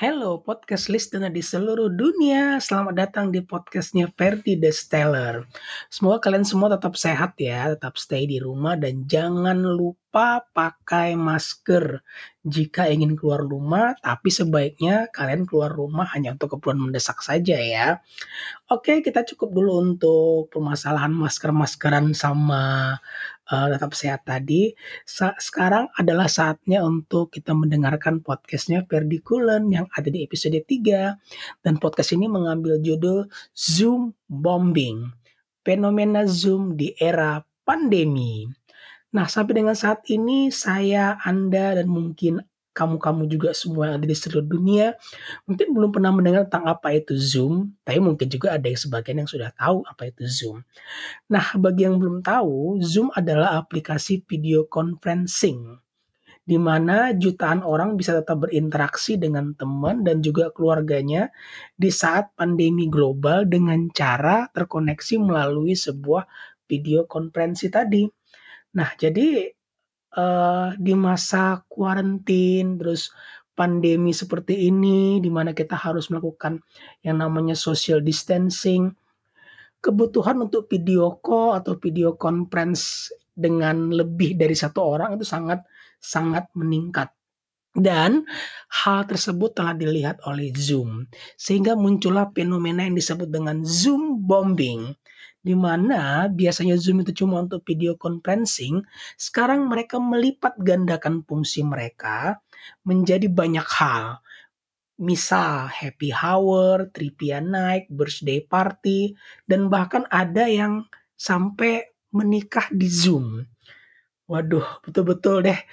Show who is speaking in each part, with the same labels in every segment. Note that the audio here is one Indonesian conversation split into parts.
Speaker 1: Hello podcast listener di seluruh dunia, selamat datang di podcastnya Ferdi The Stellar. Semoga kalian semua tetap sehat ya, tetap stay di rumah dan jangan lupa pakai masker jika ingin keluar rumah, tapi sebaiknya kalian keluar rumah hanya untuk keperluan mendesak saja ya. Oke, kita cukup dulu untuk permasalahan masker-maskeran sama, tetap sehat tadi. Sekarang adalah saatnya untuk kita mendengarkan podcastnya Ferdy Kulen yang ada di episode 3 dan podcast ini mengambil judul Zoom Bombing, Fenomena Zoom di Era Pandemi. Nah, sampai dengan saat ini saya, Anda, dan mungkin kamu-kamu juga semua yang ada di seluruh dunia mungkin belum pernah mendengar tentang apa itu Zoom, tapi mungkin juga ada yang sebagian yang sudah tahu apa itu Zoom. Nah, bagi yang belum tahu, Zoom adalah aplikasi video conferencing di mana jutaan orang bisa tetap berinteraksi dengan teman dan juga keluarganya di saat pandemi global dengan cara terkoneksi melalui sebuah video konferensi tadi. Nah, jadi di masa kuarantin, terus pandemi seperti ini, di mana kita harus melakukan yang namanya social distancing, kebutuhan untuk video call atau video conference dengan lebih dari satu orang itu sangat sangat meningkat. Dan hal tersebut telah dilihat oleh Zoom, sehingga muncullah fenomena yang disebut dengan Zoom bombing, di mana biasanya Zoom itu cuma untuk video conferencing, sekarang mereka melipat gandakan fungsi mereka menjadi banyak hal. Misal happy hour, trivia night, birthday party, dan bahkan ada yang sampai menikah di Zoom. Waduh, betul-betul deh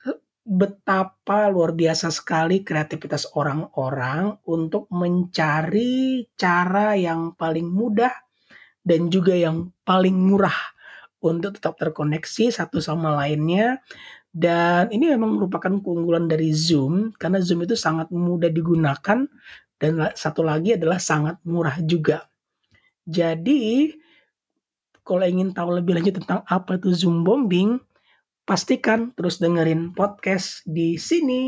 Speaker 1: betapa luar biasa sekali kreativitas orang-orang untuk mencari cara yang paling mudah dan juga yang paling murah untuk tetap terkoneksi satu sama lainnya. Dan ini memang merupakan keunggulan dari Zoom karena Zoom itu sangat mudah digunakan dan satu lagi adalah sangat murah juga. Jadi kalau ingin tahu lebih lanjut tentang apa itu Zoom bombing, pastikan terus dengerin podcast di sini.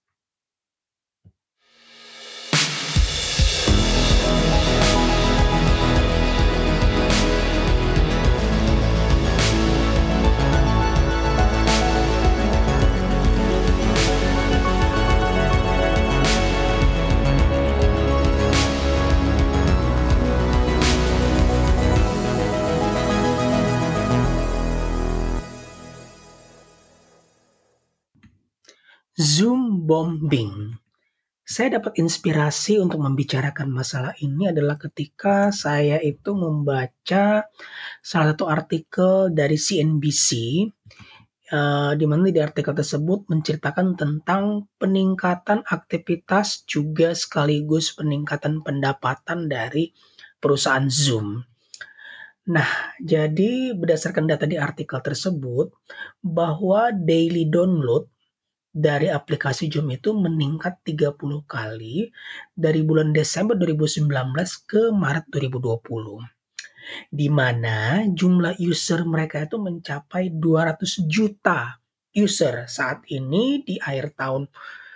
Speaker 1: Zoom bombing. Saya dapat inspirasi untuk membicarakan masalah ini adalah ketika saya itu membaca salah satu artikel dari CNBC, di mana di artikel tersebut menceritakan tentang peningkatan aktivitas juga sekaligus peningkatan pendapatan dari perusahaan Zoom. Nah, jadi berdasarkan data di artikel tersebut, bahwa daily download dari aplikasi Zoom itu meningkat 30 kali dari bulan Desember 2019 ke Maret 2020. Di mana jumlah user mereka itu mencapai 200 juta user. Saat ini di akhir tahun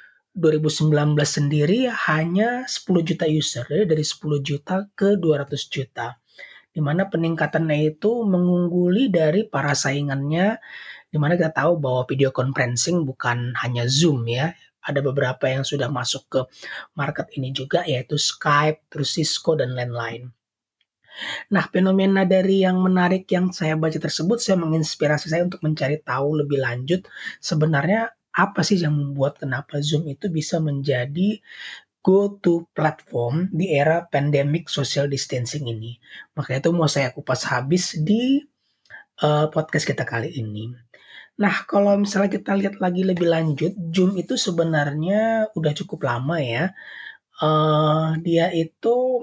Speaker 1: 2019 sendiri hanya 10 juta user, jadi dari 10 juta ke 200 juta. Di mana peningkatannya itu mengungguli dari para saingannya, di mana kita tahu bahwa video conferencing bukan hanya Zoom ya, ada beberapa yang sudah masuk ke market ini juga yaitu Skype, terus Cisco dan lain-lain. Nah, fenomena dari yang menarik yang saya baca tersebut, saya menginspirasi saya untuk mencari tahu lebih lanjut sebenarnya apa sih yang membuat kenapa Zoom itu bisa menjadi go-to platform di era pandemic social distancing ini. Makanya itu mau saya kupas habis di podcast kita kali ini. Nah, kalau misalnya kita lihat lagi lebih lanjut, Zoom itu sebenarnya udah cukup lama ya. Dia itu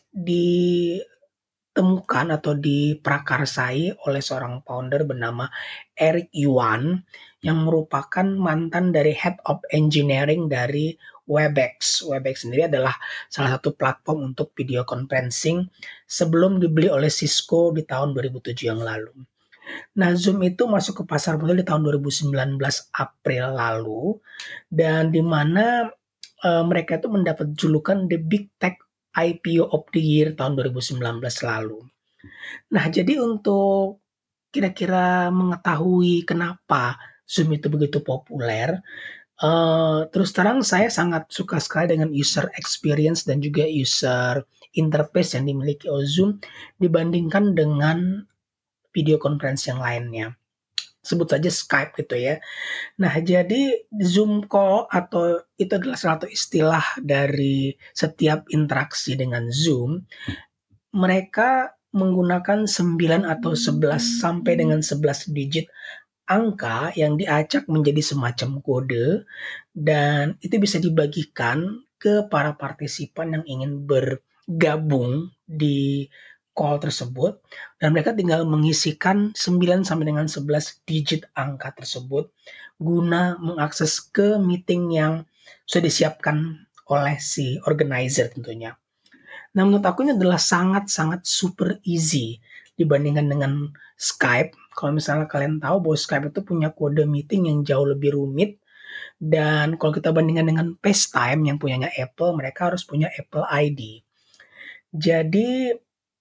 Speaker 1: ditemukan atau diprakarsai oleh seorang founder bernama Eric Yuan yang merupakan mantan dari Head of Engineering dari Webex. Webex sendiri adalah salah satu platform untuk video conferencing sebelum dibeli oleh Cisco di tahun 2007 yang lalu. Nah, Zoom itu masuk ke pasar modal di tahun 2019 April lalu dan di mana mereka itu mendapat julukan The Big Tech IPO of the Year tahun 2019 lalu. Nah, jadi untuk kira-kira mengetahui kenapa Zoom itu begitu populer, terus terang saya sangat suka sekali dengan user experience dan juga user interface yang dimiliki oleh Zoom dibandingkan dengan video conference yang lainnya. Sebut saja Skype gitu ya. Nah, jadi Zoom call atau itu adalah salah satu istilah dari setiap interaksi dengan Zoom. Mereka menggunakan 9 atau 11 sampai dengan 11 digit angka yang diacak menjadi semacam kode dan itu bisa dibagikan ke para partisipan yang ingin bergabung di call tersebut dan mereka tinggal mengisikan 9 sampai dengan 11 digit angka tersebut guna mengakses ke meeting yang sudah disiapkan oleh si organizer tentunya. Nah, menurut aku ini adalah sangat-sangat super easy dibandingkan dengan Skype. Kalau misalnya kalian tahu bahwa Skype itu punya kode meeting yang jauh lebih rumit dan kalau kita bandingkan dengan FaceTime yang punyanya Apple, mereka harus punya Apple ID. Jadi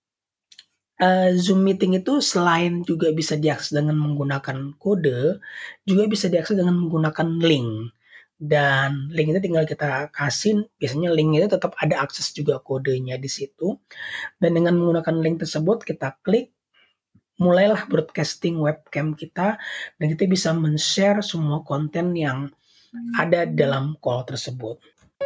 Speaker 1: Zoom Meeting itu selain juga bisa diakses dengan menggunakan kode, juga bisa diakses dengan menggunakan link. Dan link itu tinggal kita kasih, biasanya link itu tetap ada akses juga kodenya di situ. Dan dengan menggunakan link tersebut kita klik, mulailah broadcasting webcam kita dan kita bisa men-share semua konten yang ada dalam call tersebut.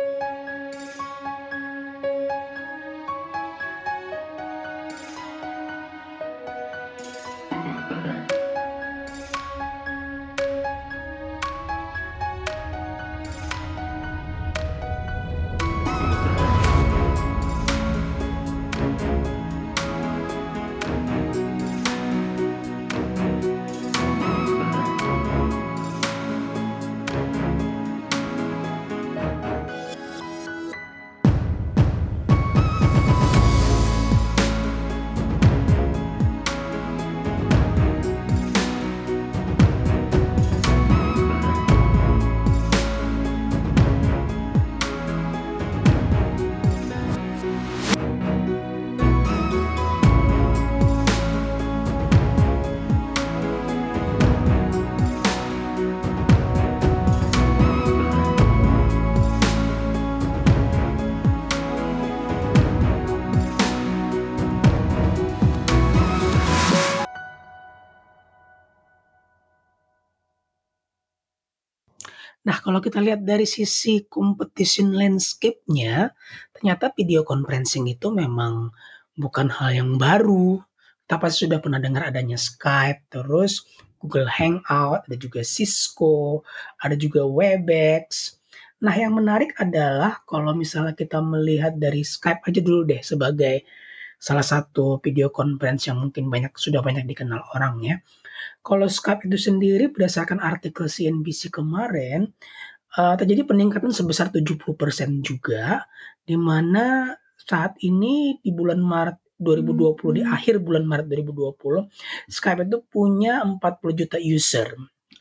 Speaker 1: Nah, kalau kita lihat dari sisi competition landscape-nya, ternyata video conferencing itu memang bukan hal yang baru. Kita pasti sudah pernah dengar adanya Skype, terus Google Hangout, ada juga Cisco, ada juga Webex. Nah, yang menarik adalah kalau misalnya kita melihat dari Skype aja dulu deh sebagai salah satu video conference yang mungkin sudah banyak dikenal orang ya. Kalau Skype itu sendiri berdasarkan artikel CNBC kemarin, terjadi peningkatan sebesar 70% juga, di mana saat ini di bulan Maret 2020, di akhir bulan Maret 2020, Skype itu punya 40 juta user.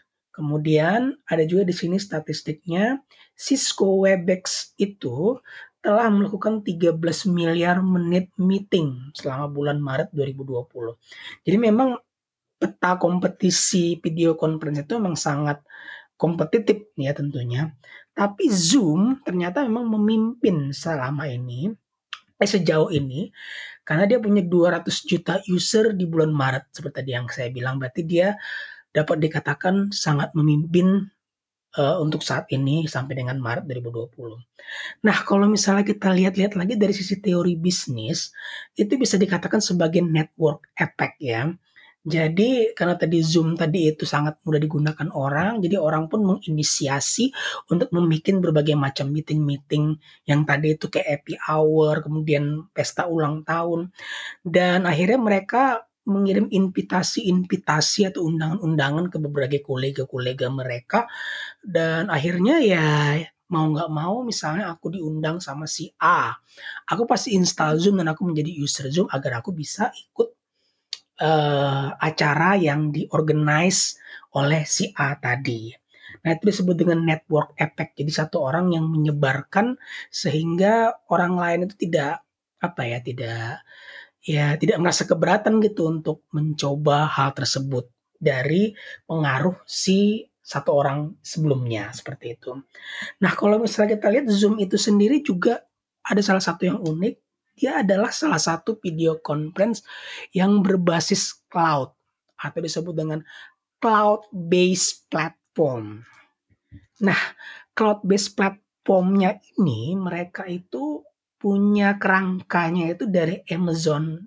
Speaker 1: Kemudian ada juga di sini statistiknya, Cisco Webex itu telah melakukan 13 miliar menit meeting selama bulan Maret 2020. Jadi memang peta kompetisi video conference itu memang sangat kompetitif ya tentunya. Tapi Zoom ternyata memang memimpin selama ini, sejauh ini, karena dia punya 200 juta user di bulan Maret seperti tadi yang saya bilang. Berarti dia dapat dikatakan sangat memimpin untuk saat ini sampai dengan Maret 2020. Nah, kalau misalnya kita lihat-lihat lagi dari sisi teori bisnis, itu bisa dikatakan sebagai network effect ya. Jadi karena tadi Zoom tadi itu sangat mudah digunakan orang, jadi orang pun menginisiasi untuk membuat berbagai macam meeting-meeting yang tadi itu kayak happy hour, kemudian pesta ulang tahun, dan akhirnya mereka mengirim invitasi-invitasi atau undangan-undangan ke berbagai kolega-kolega mereka, dan akhirnya ya mau nggak mau misalnya aku diundang sama si A, aku pasti install Zoom dan aku menjadi user Zoom agar aku bisa ikut acara yang diorganize oleh si A tadi. Nah, itu disebut dengan network effect. Jadi satu orang yang menyebarkan sehingga orang lain itu tidak, apa ya, tidak merasa keberatan gitu untuk mencoba hal tersebut dari pengaruh si satu orang sebelumnya, seperti itu. Nah, kalau misalnya kita lihat Zoom itu sendiri juga ada salah satu yang unik, dia adalah salah satu video conference yang berbasis cloud atau disebut dengan cloud-based platform. Nah, cloud-based platform-nya ini mereka itu punya kerangkanya itu dari Amazon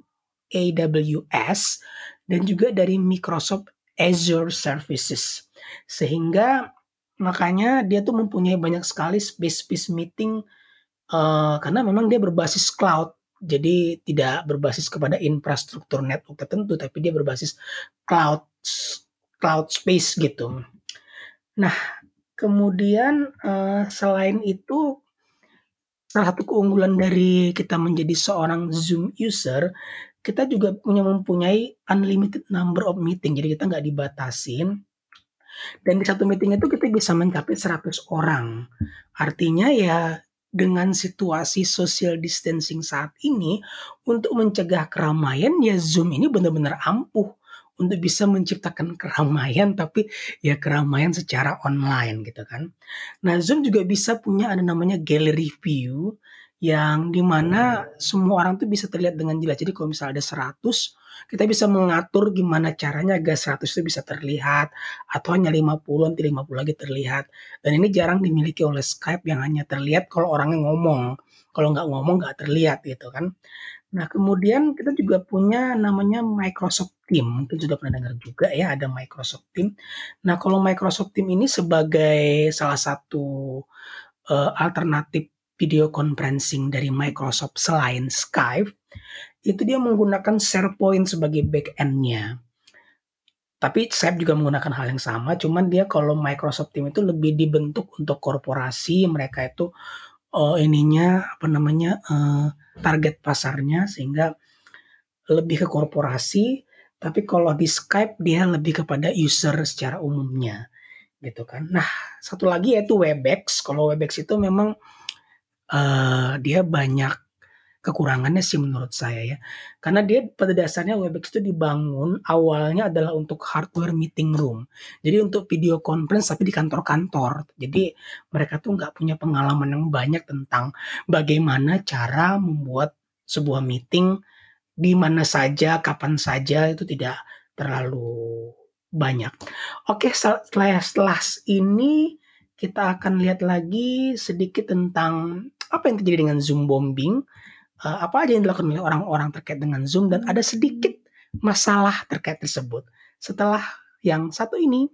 Speaker 1: AWS dan juga dari Microsoft Azure Services. Sehingga makanya dia tuh mempunyai banyak sekali space-space meeting, karena memang dia berbasis cloud. Jadi tidak berbasis kepada infrastruktur network tertentu, tapi dia berbasis cloud cloud space gitu. Nah, kemudian, selain itu, salah satu keunggulan dari kita menjadi seorang Zoom user, kita juga mempunyai unlimited number of meeting. Jadi kita nggak dibatasin dan di satu meeting itu kita bisa mencapai 100 orang. Artinya ya dengan situasi social distancing saat ini, untuk mencegah keramaian ya Zoom ini benar-benar ampuh untuk bisa menciptakan keramaian, tapi ya keramaian secara online gitu kan. Nah, Zoom juga bisa punya ada namanya gallery view yang di mana semua orang tuh bisa terlihat dengan jelas. Jadi kalau misalnya ada 100, kita bisa mengatur gimana caranya agar 100 itu bisa terlihat atau hanya 50, nanti 50 lagi terlihat. Dan ini jarang dimiliki oleh Skype yang hanya terlihat kalau orangnya ngomong. Kalau nggak ngomong nggak terlihat gitu kan. Nah, kemudian kita juga punya namanya Microsoft Team, mungkin sudah pernah dengar juga ya ada Microsoft Team. Nah, kalau Microsoft Team ini sebagai salah satu, alternatif video conferencing dari Microsoft selain Skype, itu dia menggunakan SharePoint sebagai back-end-nya. Tapi Skype juga menggunakan hal yang sama, cuman dia kalau Microsoft Team itu lebih dibentuk untuk korporasi, mereka itu, apa namanya, target pasarnya sehingga lebih ke korporasi, tapi kalau di Skype dia lebih kepada user secara umumnya, gitu kan. Nah, satu lagi yaitu Webex. Kalau Webex itu memang, dia banyak kekurangannya sih menurut saya ya. Karena dia pada dasarnya Webex itu dibangun awalnya adalah untuk hardware meeting room. Jadi untuk video conference tapi di kantor-kantor. Jadi mereka tuh nggak punya pengalaman yang banyak tentang bagaimana cara membuat sebuah meeting di mana saja, kapan saja itu tidak terlalu banyak. Oke, setelah ini kita akan lihat lagi sedikit tentang apa yang terjadi dengan Zoom bombing, apa aja yang dilakukan oleh orang-orang terkait dengan Zoom dan ada sedikit masalah terkait tersebut. Setelah yang satu ini.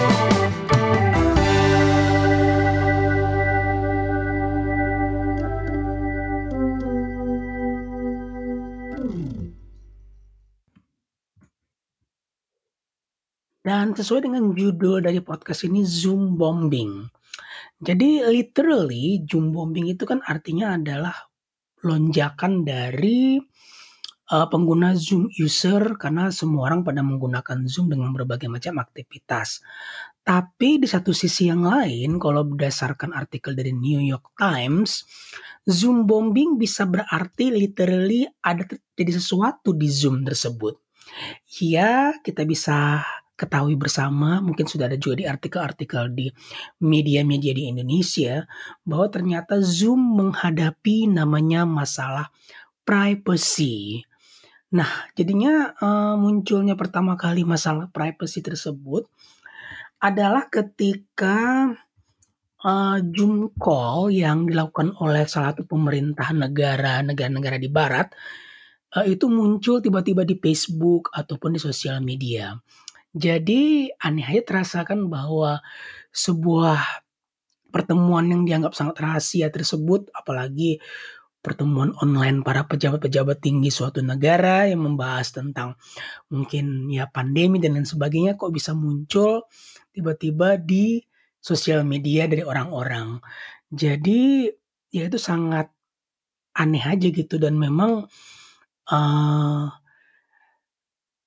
Speaker 1: Dan sesuai dengan judul dari podcast ini Zoom bombing. Jadi literally Zoom bombing itu kan artinya adalah lonjakan dari, pengguna Zoom user karena semua orang pada menggunakan Zoom dengan berbagai macam aktivitas. Tapi di satu sisi yang lain kalau berdasarkan artikel dari New York Times, Zoom bombing bisa berarti literally ada terjadi sesuatu di Zoom tersebut. Ya, kita bisa ketahui bersama, mungkin sudah ada juga di artikel-artikel di media-media di Indonesia, bahwa ternyata Zoom menghadapi namanya masalah privacy. Nah, jadinya, munculnya pertama kali masalah privacy tersebut adalah ketika, Zoom call yang dilakukan oleh salah satu pemerintah negara-negara di barat, itu muncul tiba-tiba di Facebook ataupun di sosial media. Jadi aneh aja terasakan bahwa sebuah pertemuan yang dianggap sangat rahasia tersebut, apalagi pertemuan online para pejabat-pejabat tinggi suatu negara yang membahas tentang mungkin ya pandemi dan lain sebagainya, kok bisa muncul tiba-tiba di sosial media dari orang-orang. Jadi ya itu sangat aneh aja gitu dan memang, eee,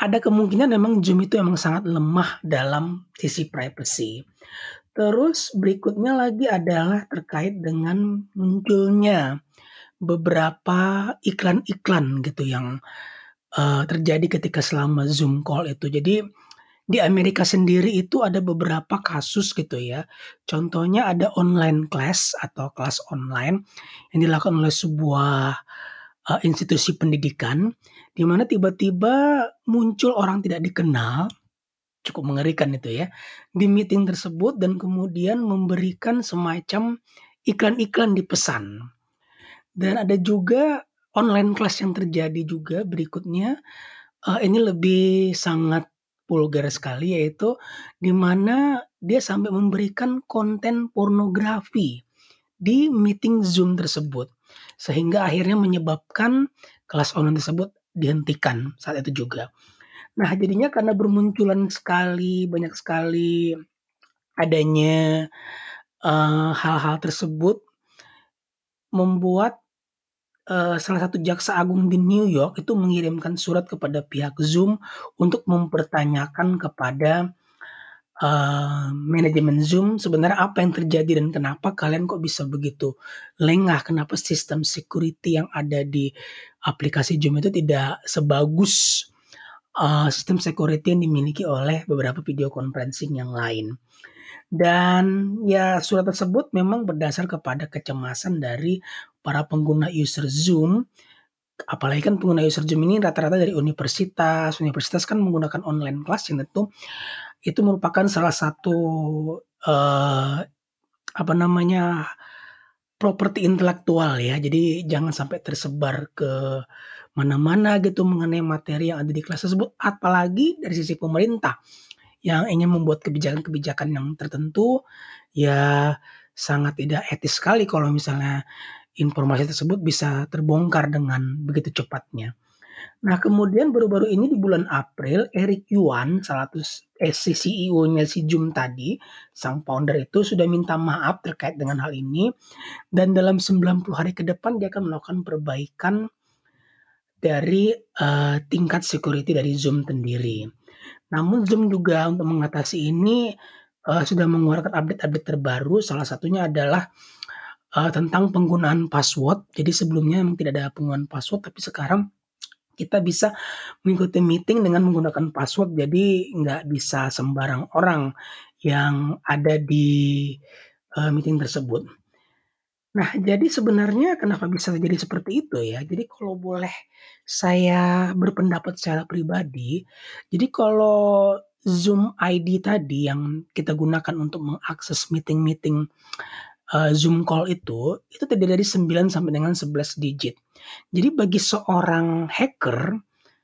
Speaker 1: ada kemungkinan memang Zoom itu emang sangat lemah dalam sisi privacy. Terus berikutnya lagi adalah terkait dengan munculnya beberapa iklan-iklan gitu yang, terjadi ketika selama Zoom call itu. Jadi di Amerika sendiri itu ada beberapa kasus gitu ya. Contohnya ada online class atau kelas online yang dilakukan oleh sebuah, institusi pendidikan, di mana tiba-tiba muncul orang tidak dikenal, cukup mengerikan itu ya, di meeting tersebut dan kemudian memberikan semacam iklan-iklan di pesan. Dan ada juga online class yang terjadi juga berikutnya, ini lebih sangat vulgar sekali, yaitu di mana dia sampai memberikan konten pornografi di meeting Zoom tersebut. Sehingga akhirnya menyebabkan kelas online tersebut dihentikan saat itu juga. Nah, jadinya karena bermunculan sekali, banyak sekali adanya, hal-hal tersebut membuat salah satu jaksa agung di New York itu mengirimkan surat kepada pihak Zoom untuk mempertanyakan kepada, manajemen Zoom sebenarnya apa yang terjadi dan kenapa kalian kok bisa begitu lengah, kenapa sistem security yang ada di aplikasi Zoom itu tidak sebagus, sistem security yang dimiliki oleh beberapa video conferencing yang lain. Dan ya surat tersebut memang berdasar kepada kecemasan dari para pengguna user Zoom. Apalagi kan pengguna user Zoom ini rata-rata dari universitas, universitas kan menggunakan online class yang tentu itu merupakan salah satu, eee, apa namanya, properti intelektual ya. Jadi jangan sampai tersebar ke mana-mana gitu mengenai materi yang ada di kelas tersebut, apalagi dari sisi pemerintah yang ingin membuat kebijakan-kebijakan yang tertentu, ya sangat tidak etis sekali kalau misalnya informasi tersebut bisa terbongkar dengan begitu cepatnya. Nah, kemudian baru-baru ini di bulan April, Eric Yuan, salah satu si CEO-nya si Zoom tadi, sang founder itu sudah minta maaf terkait dengan hal ini dan dalam 90 hari ke depan dia akan melakukan perbaikan dari, tingkat security dari Zoom sendiri. Namun Zoom juga untuk mengatasi ini, sudah mengeluarkan update-update terbaru, salah satunya adalah tentang penggunaan password. Jadi sebelumnya memang tidak ada penggunaan password, tapi sekarang kita bisa mengikuti meeting dengan menggunakan password. Jadi nggak bisa sembarang orang yang ada di, meeting tersebut. Nah, jadi sebenarnya kenapa bisa terjadi seperti itu ya, jadi kalau boleh saya berpendapat secara pribadi, jadi kalau Zoom ID tadi yang kita gunakan untuk mengakses meeting-meeting Zoom call itu terdiri dari 9 sampai dengan 11 digit. Jadi bagi seorang hacker,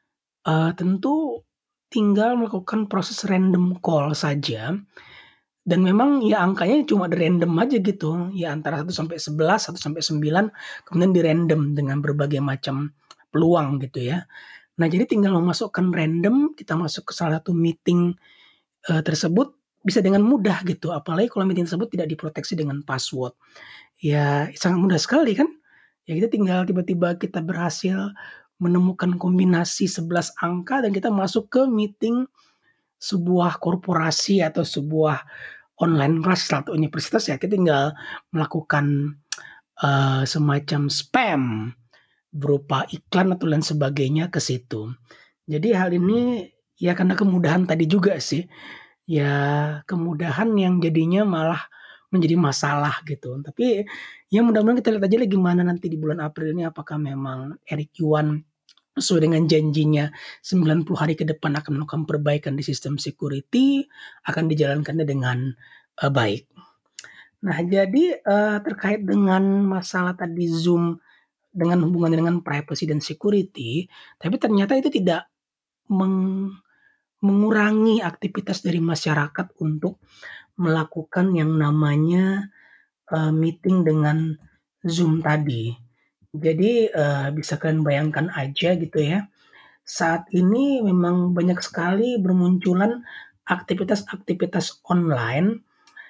Speaker 1: tentu tinggal melakukan proses random call saja dan memang ya angkanya cuma di-random aja gitu, ya antara 1 sampai 11, 1 sampai 9, kemudian di-random dengan berbagai macam peluang gitu ya. Nah, jadi tinggal memasukkan random, kita masuk ke salah satu meeting, tersebut bisa dengan mudah gitu, apalagi kalau meeting tersebut tidak diproteksi dengan password. Ya sangat mudah sekali kan? Ya kita tinggal tiba-tiba kita berhasil menemukan kombinasi 11 angka dan kita masuk ke meeting sebuah korporasi atau sebuah online kelas atau universitas ya kita tinggal melakukan, semacam spam berupa iklan atau lain sebagainya ke situ. Jadi hal ini ya karena kemudahan tadi juga sih, ya kemudahan yang jadinya malah menjadi masalah gitu. Tapi ya mudah-mudahan kita lihat aja lah gimana nanti di bulan April ini apakah memang Eric Yuan sesuai dengan janjinya 90 hari ke depan akan melakukan perbaikan di sistem security, akan dijalankannya dengan, baik. Nah jadi, terkait dengan masalah tadi Zoom dengan hubungannya dengan privacy dan security, tapi ternyata itu tidak meng mengurangi aktivitas dari masyarakat untuk melakukan yang namanya, meeting dengan Zoom tadi. Jadi, bisa kalian bayangkan aja gitu ya, saat ini memang banyak sekali bermunculan aktivitas-aktivitas online,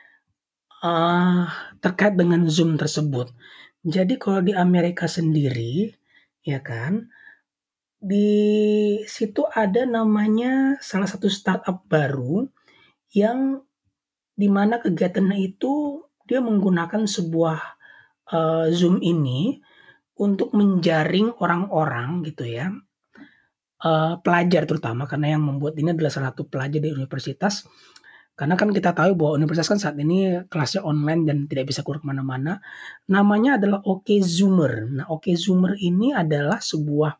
Speaker 1: eee, terkait dengan Zoom tersebut. Jadi kalau di Amerika sendiri, ya kan, Di situ ada namanya salah satu startup baru yang di mana kegiatannya itu dia menggunakan sebuah, Zoom ini untuk menjaring orang-orang gitu ya, pelajar terutama karena yang membuat ini adalah salah satu pelajar di universitas. Karena kan kita tahu bahwa universitas kan saat ini kelasnya online dan tidak bisa keluar kemana-mana. Namanya adalah OkZoomer. Nah, OkZoomer ini adalah sebuah,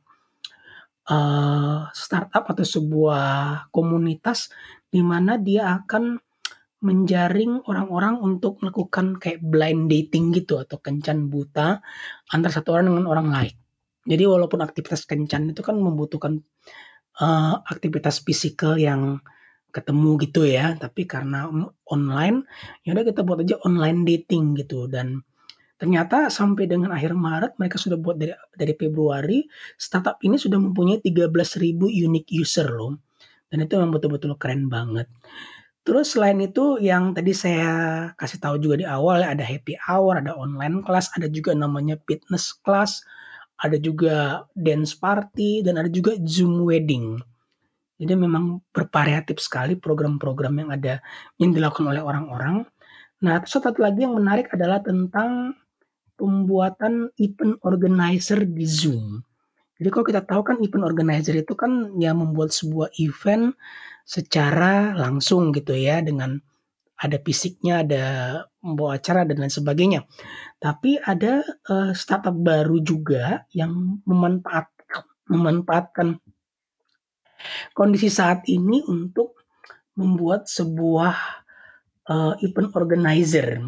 Speaker 1: startup atau sebuah komunitas di mana dia akan menjaring orang-orang untuk melakukan kayak blind dating gitu atau kencan buta antara satu orang dengan orang lain. Jadi walaupun aktivitas kencan itu kan membutuhkan, aktivitas fisikal yang ketemu gitu ya, tapi karena, online, ya udah kita buat aja online dating gitu dan ternyata sampai dengan akhir Maret mereka sudah buat dari Februari, startup ini sudah mempunyai 13.000 unique user loh, dan itu memang betul-betul keren banget. Terus selain itu yang tadi saya kasih tahu juga di awal ya, ada happy hour, ada online class, ada juga namanya fitness class, ada juga dance party, dan ada juga Zoom wedding. Jadi memang bervariatif sekali program-program yang ada yang dilakukan oleh orang-orang. Nah, terus satu lagi yang menarik adalah tentang pembuatan event organizer di Zoom. Jadi kalau kita tahu kan event organizer itu kan ya membuat sebuah event secara langsung gitu ya dengan ada fisiknya, ada membawa acara dan lain sebagainya. Tapi ada, startup baru juga yang memanfaatkan kondisi saat ini untuk membuat sebuah, event organizer.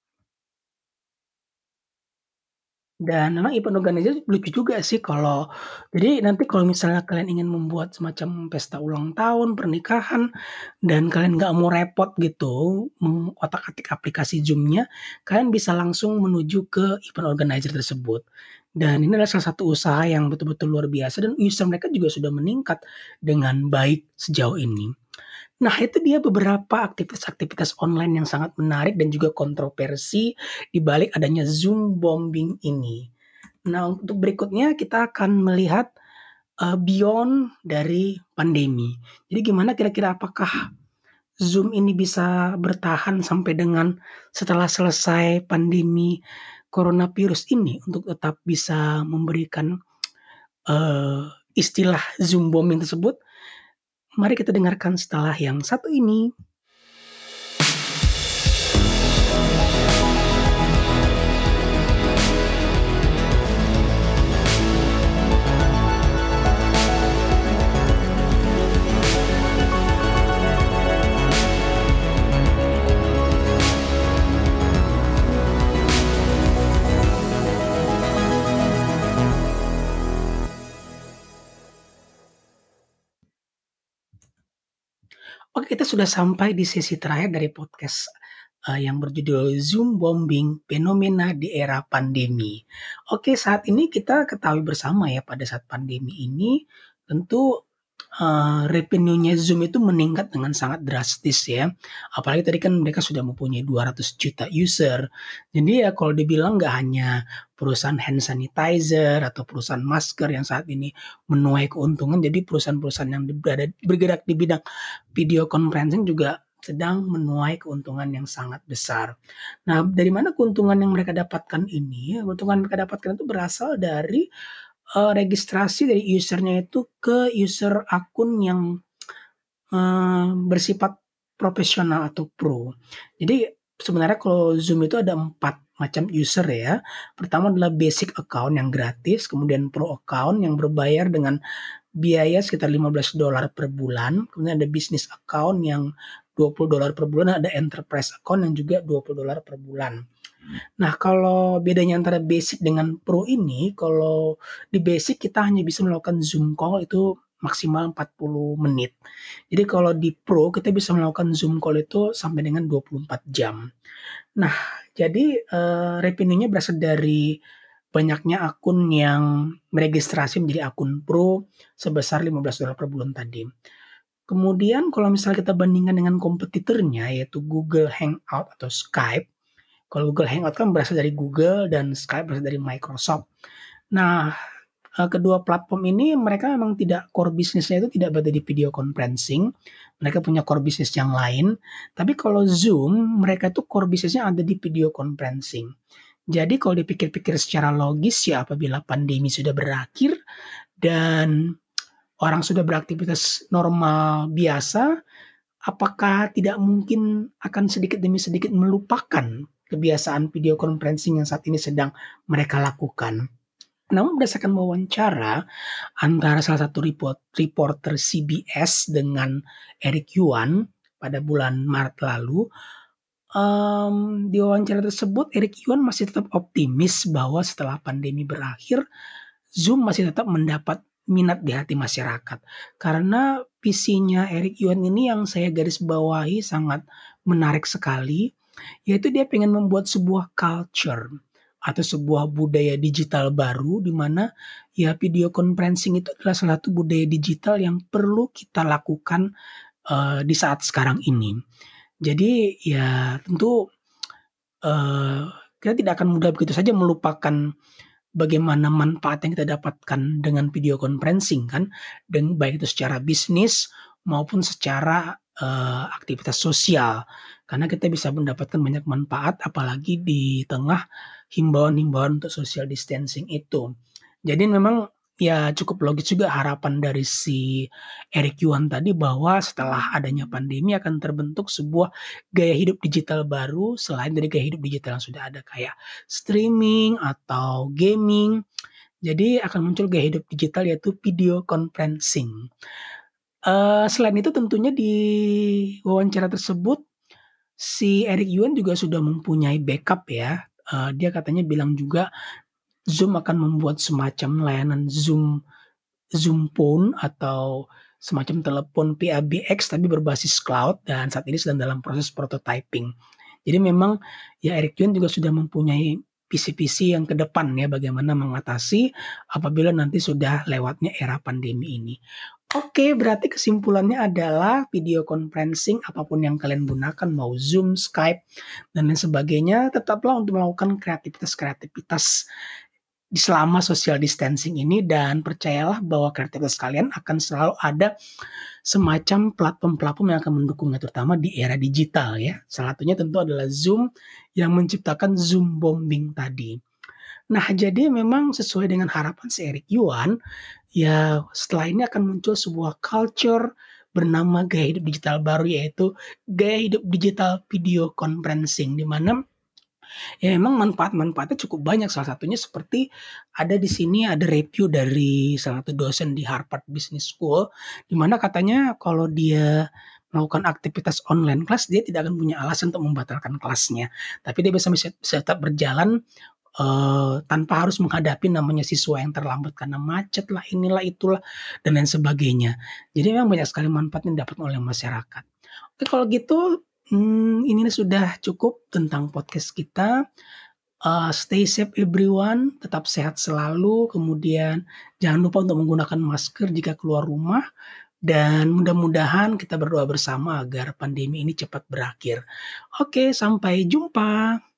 Speaker 1: Dan memang event organizer lucu juga sih jadi nanti kalau misalnya kalian ingin membuat semacam pesta ulang tahun, pernikahan, dan kalian nggak mau repot gitu mengotak-atik aplikasi Zoom-nya, kalian bisa langsung menuju ke event organizer tersebut. Dan ini adalah salah satu usaha yang betul-betul luar biasa dan user mereka juga sudah meningkat dengan baik sejauh ini. Nah, itu dia beberapa aktivitas-aktivitas online yang sangat menarik dan juga kontroversi di balik adanya Zoom bombing ini. Nah, untuk berikutnya kita akan melihat, beyond dari pandemi. Jadi gimana kira-kira apakah Zoom ini bisa bertahan sampai dengan setelah selesai pandemi coronavirus ini untuk tetap bisa memberikan, istilah Zoom bombing tersebut? Mari kita dengarkan setelah yang satu ini. Oke, kita sudah sampai di sesi terakhir dari podcast, yang berjudul Zoom Bombing Fenomena di Era Pandemi. Oke, saat ini kita ketahui bersama ya pada saat pandemi ini tentu, revenue-nya Zoom itu meningkat dengan sangat drastis ya. Apalagi tadi kan mereka sudah mempunyai 200 juta user. Jadi ya kalau dibilang nggak hanya perusahaan hand sanitizer atau perusahaan masker yang saat ini menuai keuntungan, jadi perusahaan-perusahaan yang bergerak di bidang video conferencing juga sedang menuai keuntungan yang sangat besar. Nah, dari mana keuntungan yang mereka dapatkan ini? Keuntungan yang mereka dapatkan itu berasal dari, registrasi dari user-nya itu ke user akun yang, bersifat profesional atau pro. Jadi sebenarnya kalau Zoom itu ada 4 macam user ya. Pertama adalah basic account yang gratis, kemudian pro account yang berbayar dengan biaya sekitar $15 per bulan, kemudian ada business account yang $20 per bulan, ada enterprise account yang juga $20 per bulan. Nah, kalau bedanya antara basic dengan pro ini, kalau di basic kita hanya bisa melakukan Zoom call itu maksimal 40 menit. Jadi kalau di pro kita bisa melakukan Zoom call itu sampai dengan 24 jam. Nah, jadi, revenue-nya berasal dari banyaknya akun yang meregistrasi menjadi akun pro sebesar $15 per bulan tadi. Kemudian kalau misalnya kita bandingkan dengan kompetitornya yaitu Google Hangout atau Skype. Kalau Google Hangout kan berasal dari Google dan Skype berasal dari Microsoft. Nah, kedua platform ini mereka memang tidak core bisnisnya itu tidak berada di video conferencing, mereka punya core bisnis yang lain. Tapi kalau Zoom, mereka tuh core bisnisnya ada di video conferencing. Jadi kalau dipikir-pikir secara logis ya apabila pandemi sudah berakhir dan orang sudah beraktivitas normal biasa, apakah tidak mungkin akan sedikit demi sedikit melupakan kebiasaan video conferencing yang saat ini sedang mereka lakukan? Namun berdasarkan wawancara antara salah satu reporter CBS dengan Eric Yuan pada bulan Maret lalu, di wawancara tersebut Eric Yuan masih tetap optimis bahwa setelah pandemi berakhir, Zoom masih tetap mendapat minat di hati masyarakat. Karena visinya Eric Yuan ini yang saya garis bawahi sangat menarik sekali, yaitu dia pengen membuat sebuah culture atau sebuah budaya digital baru di mana ya video conferencing itu adalah salah satu budaya digital yang perlu kita lakukan, di saat sekarang ini. Jadi ya tentu, eee, kita tidak akan mudah begitu saja melupakan bagaimana manfaat yang kita dapatkan dengan video conferencing kan, dan baik itu secara bisnis maupun secara, aktivitas sosial. Karena kita bisa mendapatkan banyak manfaat apalagi di tengah himbauan-himbauan untuk social distancing itu. Jadi memang ya cukup logis juga harapan dari si Eric Yuan tadi bahwa setelah adanya pandemi akan terbentuk sebuah gaya hidup digital baru selain dari gaya hidup digital yang sudah ada kayak streaming atau gaming. Jadi akan muncul gaya hidup digital yaitu video conferencing. Selain itu tentunya di wawancara tersebut si Eric Yuan juga sudah mempunyai backup ya, dia katanya bilang juga Zoom akan membuat semacam layanan Zoom Phone atau semacam telepon PABX tapi berbasis cloud dan saat ini sedang dalam proses prototyping. Jadi memang ya Eric Yuan juga sudah mempunyai visi-visi yang ke depan ya bagaimana mengatasi apabila nanti sudah lewatnya era pandemi ini. Oke, berarti kesimpulannya adalah video conferencing apapun yang kalian gunakan mau Zoom, Skype, dan lain sebagainya tetaplah untuk melakukan kreativitas-kreativitas di selama social distancing ini dan percayalah bahwa kreativitas kalian akan selalu ada semacam platform-platform yang akan mendukungnya terutama di era digital ya. Salah satunya tentu adalah Zoom yang menciptakan Zoom bombing tadi. Nah, jadi memang sesuai dengan harapan si Eric Yuan, ya setelah ini akan muncul sebuah culture bernama gaya hidup digital baru yaitu gaya hidup digital video conferencing di mana ya memang manfaat-manfaatnya cukup banyak, salah satunya seperti ada di sini ada review dari salah satu dosen di Harvard Business School, di mana katanya kalau dia melakukan aktivitas online class, dia tidak akan punya alasan untuk membatalkan kelasnya. Tapi dia bisa tetap berjalan, tanpa harus menghadapi namanya siswa yang terlambat karena macet lah, inilah, itulah, dan lain sebagainya. Jadi memang banyak sekali manfaat yang didapat oleh masyarakat. Oke kalau gitu, ini sudah cukup tentang podcast kita, stay safe everyone, tetap sehat selalu, kemudian jangan lupa untuk menggunakan masker jika keluar rumah, dan mudah-mudahan kita berdoa bersama agar pandemi ini cepat berakhir. Oke, sampai jumpa.